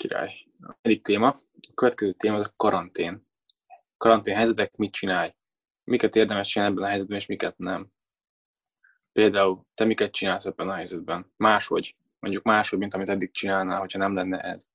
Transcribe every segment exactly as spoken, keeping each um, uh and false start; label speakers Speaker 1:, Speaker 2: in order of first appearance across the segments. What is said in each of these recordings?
Speaker 1: Király. A negyedik téma, a következő téma az a karantén. Karantén helyzetek, mit csinálj? Miket érdemes csinálni ebben a helyzetben, és miket nem? Például te miket csinálsz ebben a helyzetben? Máshogy, mondjuk máshogy, mint amit eddig csinálnál, hogyha nem lenne ez.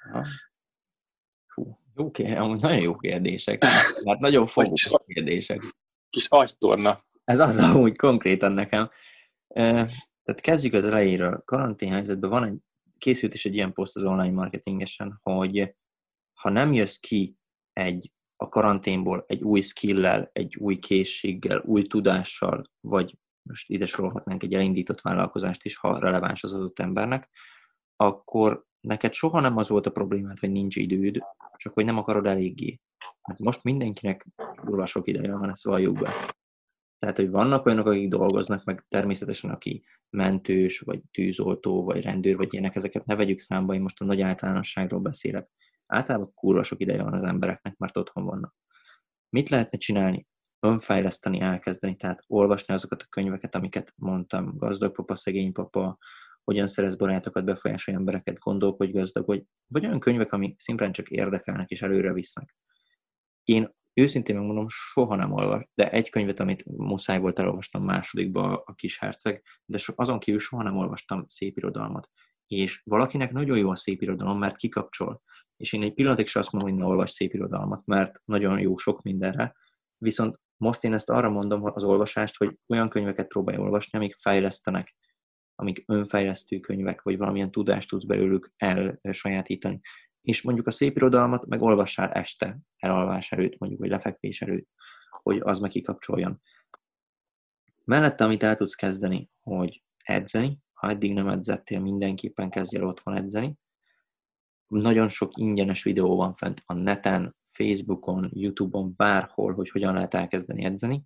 Speaker 2: Hú, jó kérdés, amúgy nagyon jó kérdések. Hát nagyon fogós kérdések.
Speaker 1: Kis agytorna.
Speaker 2: Ez az amúgy konkrétan nekem. Tehát kezdjük az elejéről. Karantén helyzetben van egy, készült is egy ilyen poszt az online marketingesen, hogy ha nem jössz ki egy, a karanténból egy új skill-lel, egy új készséggel, új tudással, vagy most ide sorolhatnánk egy elindított vállalkozást is, ha releváns az adott embernek, akkor neked soha nem az volt a problémád, hogy nincs időd, csak hogy nem akarod eléggé. Mert most mindenkinek durva sok ideje van, ezt valljuk be. Tehát, hogy vannak olyanok, akik dolgoznak, meg természetesen aki mentős, vagy tűzoltó, vagy rendőr, vagy ilyenek, ezeket ne vegyük számba, én most a nagy általánosságról beszélek. Általában kurva sok ideje van az embereknek, mert otthon vannak. Mit lehetne csinálni? Önfejleszteni, elkezdeni, tehát olvasni azokat a könyveket, amiket mondtam, Gazdag papa, szegény papa, hogyan szerez barátokat, befolyásolj embereket, gondolkodj gazdag, vagy, vagy olyan könyvek, amik szimplán csak érdekelnek és előre visznek. Én őszintén megmondom, soha nem olvas, de egy könyvet, amit muszáj volt elolvasnom másodikba, a Kis herceg, de so, azon kívül soha nem olvastam szépirodalmat. És valakinek nagyon jó a szépirodalom, mert kikapcsol. És én egy pillanatig sem azt mondom, hogy ne olvas szépirodalmat, mert nagyon jó sok mindenre. Viszont most én ezt arra mondom, hogy az olvasást, hogy olyan könyveket próbálj olvasni, amik fejlesztenek, amik önfejlesztő könyvek, vagy valamilyen tudást tudsz belőlük elsajátítani. És mondjuk a szépirodalmat meg olvassál este, elalvás előtt, mondjuk, vagy lefekvés előtt, hogy az meg kikapcsoljon. Mellette, amit el tudsz kezdeni, hogy edzeni, ha eddig nem edzettél, mindenképpen kezdj el otthon edzeni. Nagyon sok ingyenes videó van fent a neten, Facebookon, YouTube-on, bárhol, hogy hogyan lehet elkezdeni edzeni.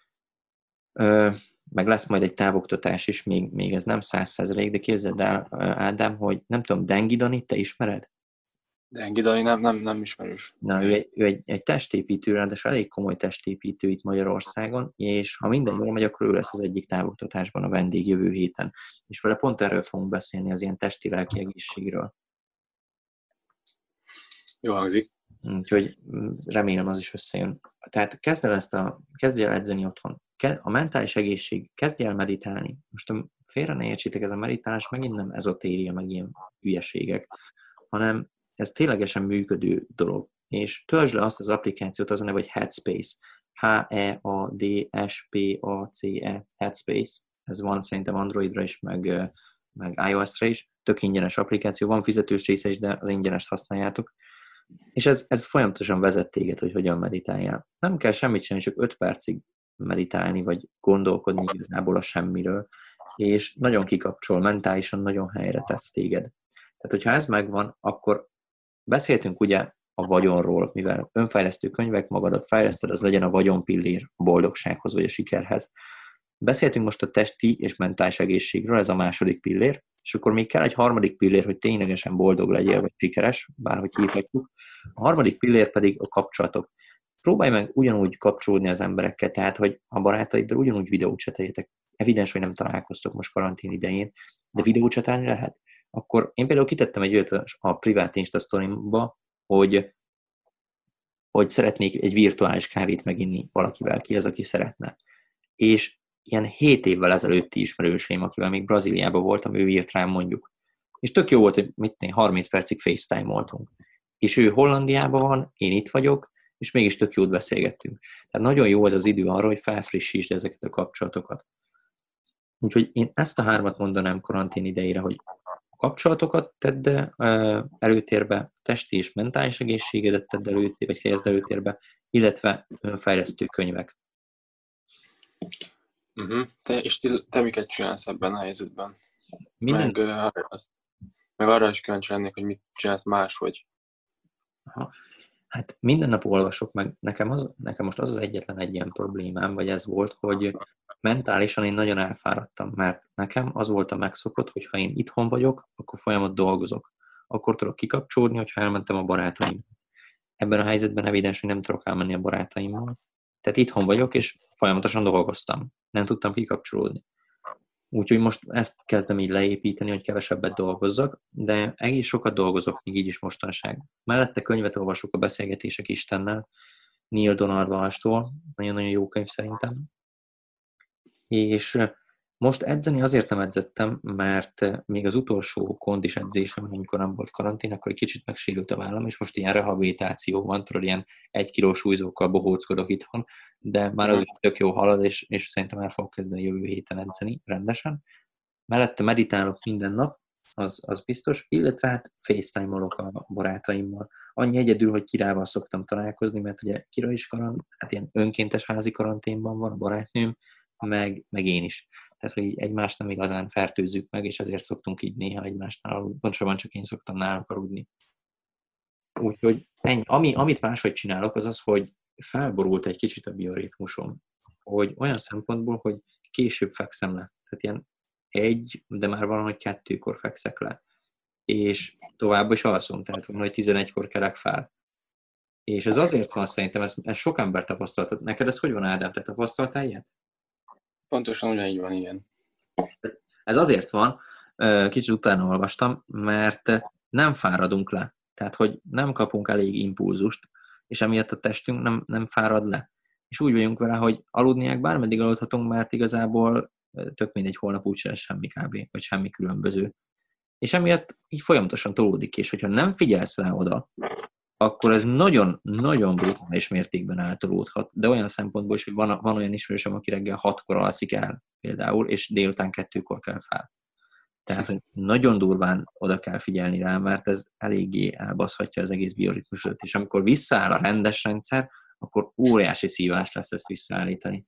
Speaker 2: Ö, meg lesz majd egy távoktatás is, még, még ez nem száz százalék, de képzeld el, Ádám, hogy nem tudom, Dengi Danit te ismered?
Speaker 1: Dengi Dani nem, nem, nem ismerős.
Speaker 2: Na, ő egy, ő egy, egy testépítő, ráadásul elég komoly testépítő itt Magyarországon, és ha minden jól megy, akkor ő lesz az egyik távoktatásban a vendég jövő héten. És vele pont erről fogunk beszélni, az ilyen testi-lelki egészségről.
Speaker 1: Jó hangzik.
Speaker 2: Úgyhogy remélem az is összejön. Tehát kezd el ezt a, kezdj el edzeni otthon. A mentális egészség, kezdj el meditálni. Most félre ne értsétek, ez a meditálás megint nem ezotéria, meg ilyen hülyeségek, hanem ez ténylegesen működő dolog. És töltsd le azt az applikációt, az a neve, hogy Headspace. H-E-A-D-S-P-A-C-E. Headspace. Ez van szerintem Androidra is, meg, meg iOS-ra is. Tök ingyenes applikáció. Van fizetős része is, de az ingyenest használjátok. És ez, ez folyamatosan vezet téged, hogy hogyan meditáljál. Nem kell semmit csinálni, csak öt percig meditálni, vagy gondolkodni igazából a semmiről. És nagyon kikapcsol, mentálisan nagyon helyre tesz téged. Tehát, hogyha ez megvan, akkor beszéltünk ugye a vagyonról, mivel önfejlesztő könyvek, magadat fejleszted, az legyen a vagyonpillér a boldogsághoz vagy a sikerhez. Beszéltünk most a testi és mentális egészségről, ez a második pillér, és akkor még kell egy harmadik pillér, hogy ténylegesen boldog legyél, vagy sikeres, bárhogy hívhatjuk. A harmadik pillér pedig a kapcsolatok. Próbálj meg ugyanúgy kapcsolódni az emberekkel, tehát, hogy a barátaiddal ugyanúgy videót cseteljetek. Evidens, hogy nem találkoztok most karantén idején, de videót csetelni lehet. Akkor én például kitettem egy olyat a privát Insta sztorimba, hogy, hogy szeretnék egy virtuális kávét meginni valakivel, ki az, aki szeretne. És ilyen hét évvel ezelőtti ismerőseim, akivel még Brazíliában voltam, ő írt rám mondjuk. És tök jó volt, hogy mit tenni, harminc percig FaceTime-oltunk. És ő Hollandiában van, én itt vagyok, és mégis tök jót beszélgettünk. Tehát nagyon jó ez az idő arra, hogy felfrissítsd ezeket a kapcsolatokat. Úgyhogy én ezt a hármat mondanám karantén idejére, hogy kapcsolatokat tedd előtérbe, testi és mentális egészségedet tedd előtérbe, vagy helyezd előtérbe, illetve önfejlesztő könyvek.
Speaker 1: Uh-huh. Te, és te, te miket csinálsz ebben a helyzetben?
Speaker 2: Minden...
Speaker 1: Meg, uh, meg arra is kíváncsi lennék, hogy mit csinálsz máshogy.
Speaker 2: Aha. Hát minden nap olvasok, meg nekem, az, nekem most az az egyetlen egy ilyen problémám, vagy ez volt, hogy mentálisan én nagyon elfáradtam, mert nekem az volt a megszokott, hogy ha én itthon vagyok, akkor folyamat dolgozok. Akkor tudok kikapcsolódni, hogyha elmentem a barátaim. Ebben a helyzetben evidens, hogy nem tudok elmenni a barátaimmal. Tehát itthon vagyok, és folyamatosan dolgoztam. Nem tudtam kikapcsolódni. Úgyhogy most ezt kezdem így leépíteni, hogy kevesebbet dolgozzak, de egész sokat dolgozok még így is mostanság. Mellette könyvet olvasok, a Beszélgetések Istennel, Neil Donald Walsh-tól, nagyon-nagyon jó könyv szerintem. És most edzeni azért nem edzettem, mert még az utolsó kondis edzésem, amikor nem volt karantén, akkor egy kicsit megsérült a vállam, és most ilyen rehabilitáció van, tudod, ilyen egy kilós súlyzókkal bohóckodok itthon, de már az is tök jó halad, és, és szerintem el fogok kezdeni jövő héten edzeni rendesen. Mellette meditálok minden nap, az, az biztos, illetve hát FaceTime-olok a barátaimmal. Annyi egyedül, hogy Kirával szoktam találkozni, mert ugye Kira is karant, hát ilyen önkéntes házi karanténban van, a barátnőm, meg, meg én is. Tehát, hogy egymást nem igazán fertőzzük meg, és ezért szoktunk így néha egymásnál aludni. Pontosabban csak én szoktam náluk aludni. Úgyhogy ennyi. Ami, amit máshogy csinálok, az az, hogy felborult egy kicsit a bioritmusom. Hogy olyan szempontból, hogy később fekszem le. Tehát ilyen egy, de már valahogy kettőkor fekszek le. És tovább is alszom, tehát valahogy tizenegykor kelek fel. És ez azért van, szerintem, ez, ez sok ember tapasztaltat. Neked ez hogy van, Ádám? Te tapasztaltál ilyet?
Speaker 1: Pontosan ugyanígy van, igen.
Speaker 2: Ez azért van, kicsit utána olvastam, mert nem fáradunk le. Tehát, hogy nem kapunk elég impulzust, és emiatt a testünk nem, nem fárad le. És úgy vagyunk vele, hogy aludniák bármeddig aludhatunk, mert igazából tök mindegy, holnap úgyse lesz semmi kb. Vagy semmi különböző. És emiatt így folyamatosan tolódik, és hogyha nem figyelsz rá oda, akkor ez nagyon-nagyon brutális mértékben eltolódhat. De olyan szempontból is, hogy van, van olyan ismerősöm, aki reggel hatkor alszik el például, és délután kettőkor kell fel. Tehát, hogy nagyon durván oda kell figyelni rá, mert ez eléggé elbaszhatja az egész bioritmusot, és amikor visszaáll a rendes rendszer, akkor óriási szívás lesz ezt visszaállítani.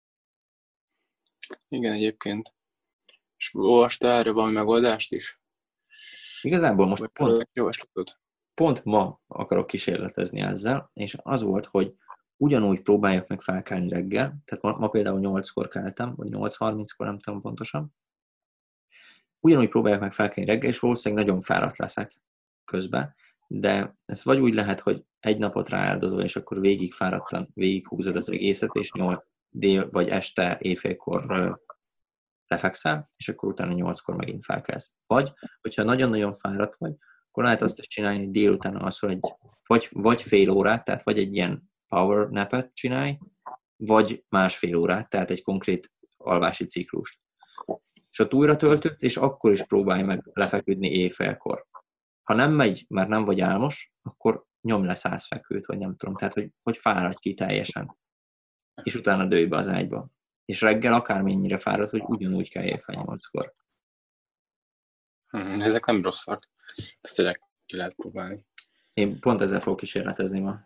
Speaker 1: Igen, egyébként. És olvastál erre valami megoldást is?
Speaker 2: Igazából most pont,
Speaker 1: javaslatot?
Speaker 2: pont ma akarok kísérletezni ezzel, és az volt, hogy ugyanúgy próbáljak meg felkelni reggel, tehát ma, ma például nyolckor keltem, vagy nyolc harminckor, nem tudom pontosan. Ugyanúgy próbáljak meg felkelni reggel, és valószínűleg nagyon fáradt leszek közben, de ez vagy úgy lehet, hogy egy napot rááldozol, és akkor végig fáradtan, végig húzod az egészet, és nyolc dél vagy este éjfélkor lefekszel, és akkor utána nyolckor megint felkelsz. Vagy, hogyha nagyon-nagyon fáradt vagy, akkor lehet azt is csinálni, hogy délután alszol egy, vagy, vagy fél órát, tehát vagy egy ilyen power napet csinálj, vagy másfél órát, tehát egy konkrét alvási ciklust. És ott újra töltődsz, és akkor is próbálj meg lefeküdni éjfélkor. Ha nem megy, mert nem vagy álmos, akkor nyomj le száz fekvőt, vagy nem tudom, tehát hogy, hogy fáradj ki teljesen. És utána dőlj be az ágyba. És reggel akármennyire fáradt, hogy ugyanúgy kell éjfél nyolckor.
Speaker 1: Hmm, ezek nem rosszak. Ezt tényleg ki lehet próbálni.
Speaker 2: Én pont ezzel fogok kísérletezni ma.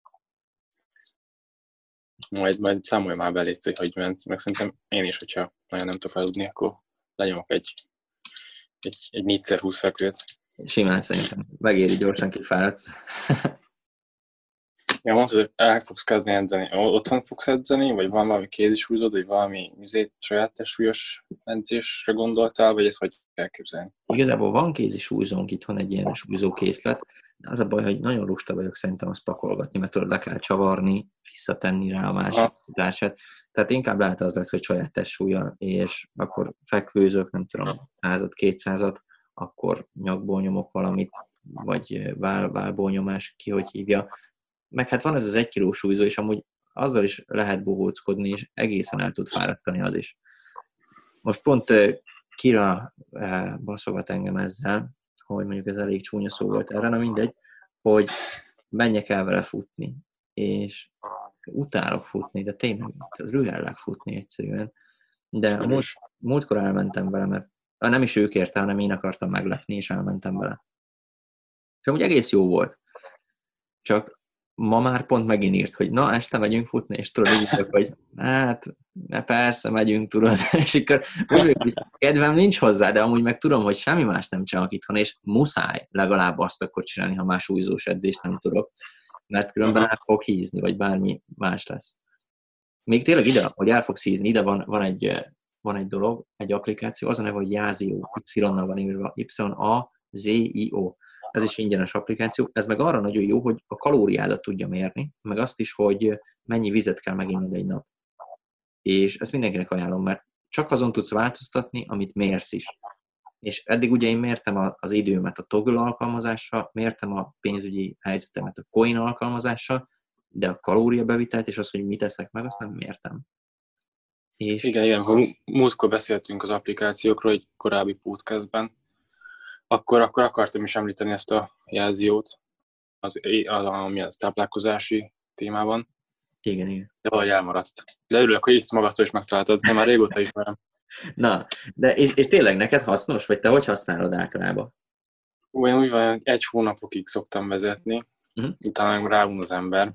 Speaker 1: Majd, majd számolj már be, légy, hogy ment. Meg szerintem én is, hogyha nagyon nem tudok aludni, akkor lenyomok egy, egy, egy négyszer húsz fekvőt.
Speaker 2: Simán szerintem. Megéri, gyorsan kifáradsz.
Speaker 1: Ja, mondtad, hogy el fogsz kezdeni edzeni. Otthon fogsz edzeni, vagy van valami kézisúlyzód, vagy valami műzét, saját testsúlyos edzésre gondoltál, vagy ezt hogy kell képzelni?
Speaker 2: Igazából van kézisúlyzónk itthon, egy ilyen súlyzókészlet, de az a baj, hogy nagyon lusta vagyok szerintem azt pakolgatni, mert tudod, le kell csavarni, visszatenni rá a másik társát. Tehát inkább lehet az lesz, hogy saját testsúlya, és akkor fekvőzök, nem tudom, százat, kétszázat, akkor nyakból nyomok valamit, vagy vál, válból nyomás, ki hogy hívja. Meg hát van ez az egy kilós súlyzó, és amúgy azzal is lehet bohóckodni, és egészen el tud fáradtani az is. Most pont Kira baszogat engem ezzel, hogy mondjuk ez elég csúnya szó volt erre, na mindegy, hogy menjek el vele futni. És utálok futni, de tényleg, ez rühellek futni egyszerűen. De a múlt, múltkor elmentem vele, mert nem is ő kérte, hanem én akartam meglepni, és elmentem vele. És amúgy egész jó volt. Csak ma már pont megint írt, hogy na, este megyünk futni, és tudod, így írtak, hogy hát, ne persze, megyünk, tudod, és akkor úgy, kedvem nincs hozzá, de amúgy meg tudom, hogy semmi más nem csinálok itthon, és muszáj legalább azt akkor csinálni, ha más súlyzós edzést nem tudok, mert különben el fog hízni, vagy bármi más lesz. Még tényleg ide, hogy el fogsz hízni, ide van, van, egy, van egy dolog, egy applikáció, az a neve, hogy Yazio, Y-nal van írva, Y-A-Z-I-O. Ez is ingyenes applikáció, ez meg arra nagyon jó, hogy a kalóriádat tudja mérni, meg azt is, hogy mennyi vizet kell meginnod egy nap. És ezt mindenkinek ajánlom, mert csak azon tudsz változtatni, amit mérsz is. És eddig ugye én mértem az időmet a toggle alkalmazásra, mértem a pénzügyi helyzetemet a coin alkalmazással, de a kalóriabevitelt és az, hogy mit eszek meg, azt nem mértem.
Speaker 1: És... Igen, igen, ha múltkor beszéltünk az applikációkról egy korábbi podcastben, akkor, akkor akartam is említeni ezt a jelziót, az, az, ami az táplálkozási témában.
Speaker 2: Igen, igen.
Speaker 1: De valahogy elmaradt. De örülök, hogy itt magadtól is megtaláltad, én már régóta ismerem.
Speaker 2: Na, de és, és tényleg neked hasznos, vagy te hogy használod általában?
Speaker 1: Olyan úgy van, egy hónapokig szoktam vezetni, uh-huh. utána meg ráun az ember,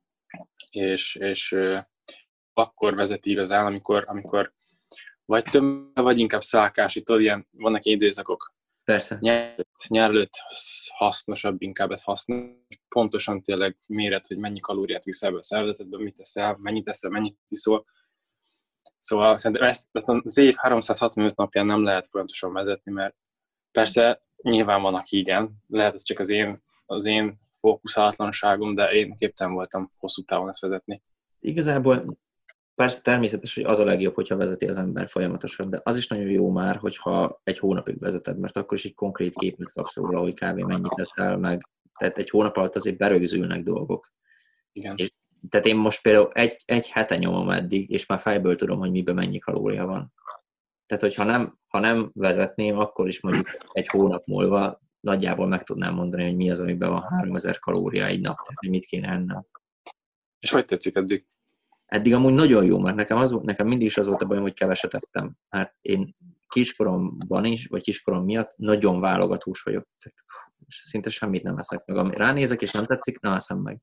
Speaker 1: és, és uh, akkor vezeti igazán, amikor, amikor vagy több, vagy inkább szálkásítod, ilyen, vannak ilyen időszakok.
Speaker 2: Persze.
Speaker 1: Nyár, nyár előtt hasznosabb, inkább ez hasznos. Pontosan tényleg méret, hogy mennyi kalóriát viszel be a szervezetben, mit teszel, mennyit teszel, mennyit iszol. Szóval szerintem ezt, ezt az év háromszázhatvanöt napján nem lehet folyamatosan vezetni, mert persze nyilván van, aki igen, lehet ez csak az én, az én fókuszálatlanságom, de én képtelen voltam hosszú távon ezt vezetni.
Speaker 2: Igazából persze természetes, hogy az a legjobb, hogyha vezeti az ember folyamatosan, de az is nagyon jó már, hogyha egy hónapig vezeted, mert akkor is egy konkrét képet kapsz róla, hogy kávé mennyit teszel meg. Tehát egy hónap alatt azért berögzülnek dolgok.
Speaker 1: Igen.
Speaker 2: És, tehát én most például egy, egy hete nyomom eddig, és már fejből tudom, hogy miben mennyi kalória van. Tehát, hogyha nem, ha nem vezetném, akkor is mondjuk egy hónap múlva nagyjából meg tudnám mondani, hogy mi az, amiben van háromezer kalória egy nap, tehát hogy mit kéne ennem.
Speaker 1: És hogy tetszik eddig?
Speaker 2: Eddig amúgy nagyon jó, mert nekem, az, nekem mindig is az volt a bajom, hogy keveset ettem. Hát én kiskoromban is, vagy kiskorom miatt nagyon válogatós vagyok. És szinte semmit nem eszek meg. Ami ránézek és nem tetszik, nem eszem meg.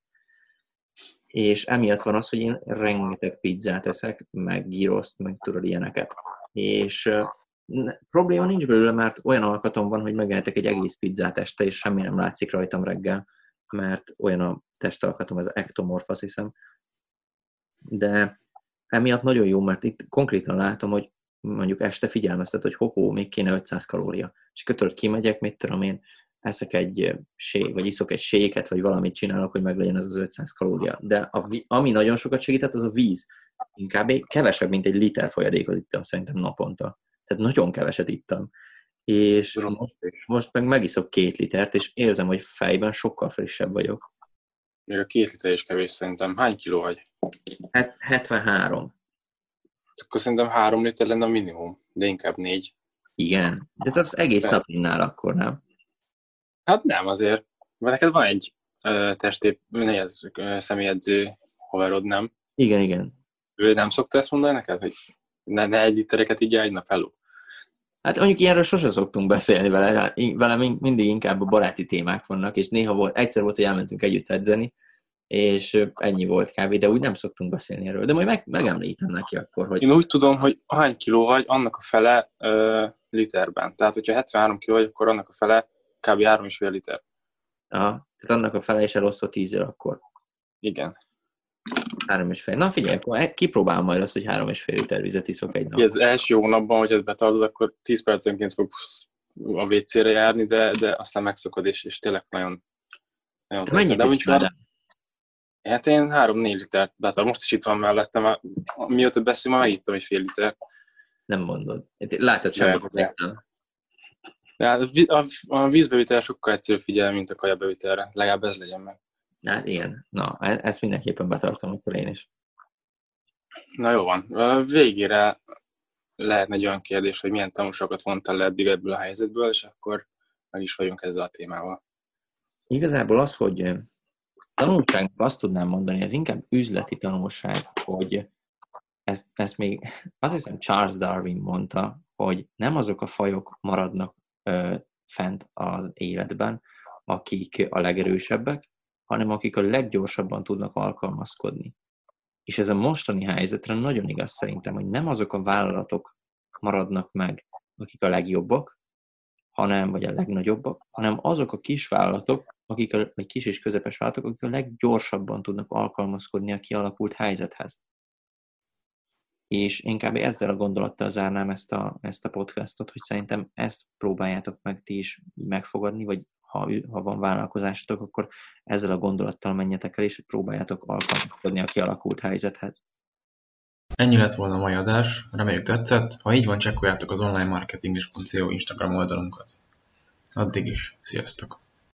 Speaker 2: És emiatt van az, hogy én rengeteg pizzát eszek, meg gyroszt, meg tudod ilyeneket. És ne, probléma nincs belőle, mert olyan alkatom van, hogy megehetek egy egész pizzát este, és semmi nem látszik rajtam reggel, mert olyan a testalkatom, ez az ektomorf, azt hiszem. De emiatt nagyon jó, mert itt konkrétan látom, hogy mondjuk este figyelmeztet, hogy hoppó, még kéne ötszáz kalória. És kötőt kimegyek, mit tudom én, eszek egy shake, vagy iszok egy shake-et, vagy valamit csinálok, hogy meglegyen az az ötszáz kalória. De a, ami nagyon sokat segített, az a víz. Inkább kevesebb, mint egy liter folyadékot ittam szerintem naponta. Tehát nagyon keveset ittam. És most, most meg megiszok két litert, és érzem, hogy fejben sokkal frissebb vagyok.
Speaker 1: Még a két liter is kevés szerintem. Hány kiló vagy?
Speaker 2: hetvenhárom.
Speaker 1: Akkor szerintem három liter lenne a minimum, de inkább négy.
Speaker 2: Igen, de az egész de. Nap innál akkor, nem?
Speaker 1: Hát nem azért. Mert neked van egy ö, testép, ez, ö, személyedző haverod, nem?
Speaker 2: Igen, igen.
Speaker 1: Ő nem szokta ezt mondani neked, hogy ne, ne egy litereket így egy nap, hello?
Speaker 2: Hát mondjuk ilyenről sose szoktunk beszélni vele, vele mindig inkább a baráti témák vannak, és néha volt, egyszer volt, hogy elmentünk együtt edzeni, és ennyi volt kb. De úgy nem szoktunk beszélni erről. De majd meg, megemlítem neki akkor, hogy...
Speaker 1: Én úgy tudom, hogy hány kiló vagy, annak a fele ö, literben. Tehát, hogyha hetvenhárom kiló vagy, akkor annak a fele kb. három és fél liter.
Speaker 2: Aha, tehát annak a fele is elosztva tízzel akkor.
Speaker 1: Igen.
Speaker 2: Három és fél. Na figyelj, akkor kipróbálom majd azt, hogy három és fél liter vizet iszok egy nap.
Speaker 1: Az első hónapban, hogy ezt betartod, akkor tíz percenként fogsz a vé cére járni, de, de aztán megszokod, és, és tényleg nagyon... nagyon
Speaker 2: de mennyit
Speaker 1: de hát én három-négy litert betartom. Most is itt van mellettem, mióta beszélünk, már megittam egy fél liter.
Speaker 2: Nem mondod. Látod semmit nem.
Speaker 1: A, a, a vízbevitel sokkal egyszerűbb figyel, mint a kajabevitelre. Legalább ez legyen meg.
Speaker 2: Hát igen. Na, ezt mindenképpen betartom, akkor én is.
Speaker 1: Na jó van. Végére lehetne egy olyan kérdés, hogy milyen tanulságokat vontál le eddig ebből a helyzetből, és akkor meg is vagyunk ezzel a témával.
Speaker 2: Igazából az, hogy tanulságnak azt tudnám mondani, ez inkább üzleti tanulság, hogy ezt, ezt még azt hiszem Charles Darwin mondta, hogy nem azok a fajok maradnak ö, fent az életben, akik a legerősebbek, hanem akik a leggyorsabban tudnak alkalmazkodni. És ez a mostani helyzetre nagyon igaz szerintem, hogy nem azok a vállalatok maradnak meg, akik a legjobbak, hanem, vagy a legnagyobbak, hanem azok a kis vállalatok, akik a, vagy kis és közepes vállalatok, akik a leggyorsabban tudnak alkalmazkodni a kialakult helyzethez. És inkább ezzel a gondolattal zárnám ezt a, ezt a podcastot, hogy szerintem ezt próbáljátok meg ti is megfogadni, vagy ha, ha van vállalkozásotok, akkor ezzel a gondolattal menjetek el, és próbáljátok alkalmazkodni a kialakult helyzethez.
Speaker 3: Ennyi lett volna a mai adás, reméljük tetszett, ha így van, csekkoljátok az onlinemarketing pont co Instagram oldalunkat. Addig is, sziasztok!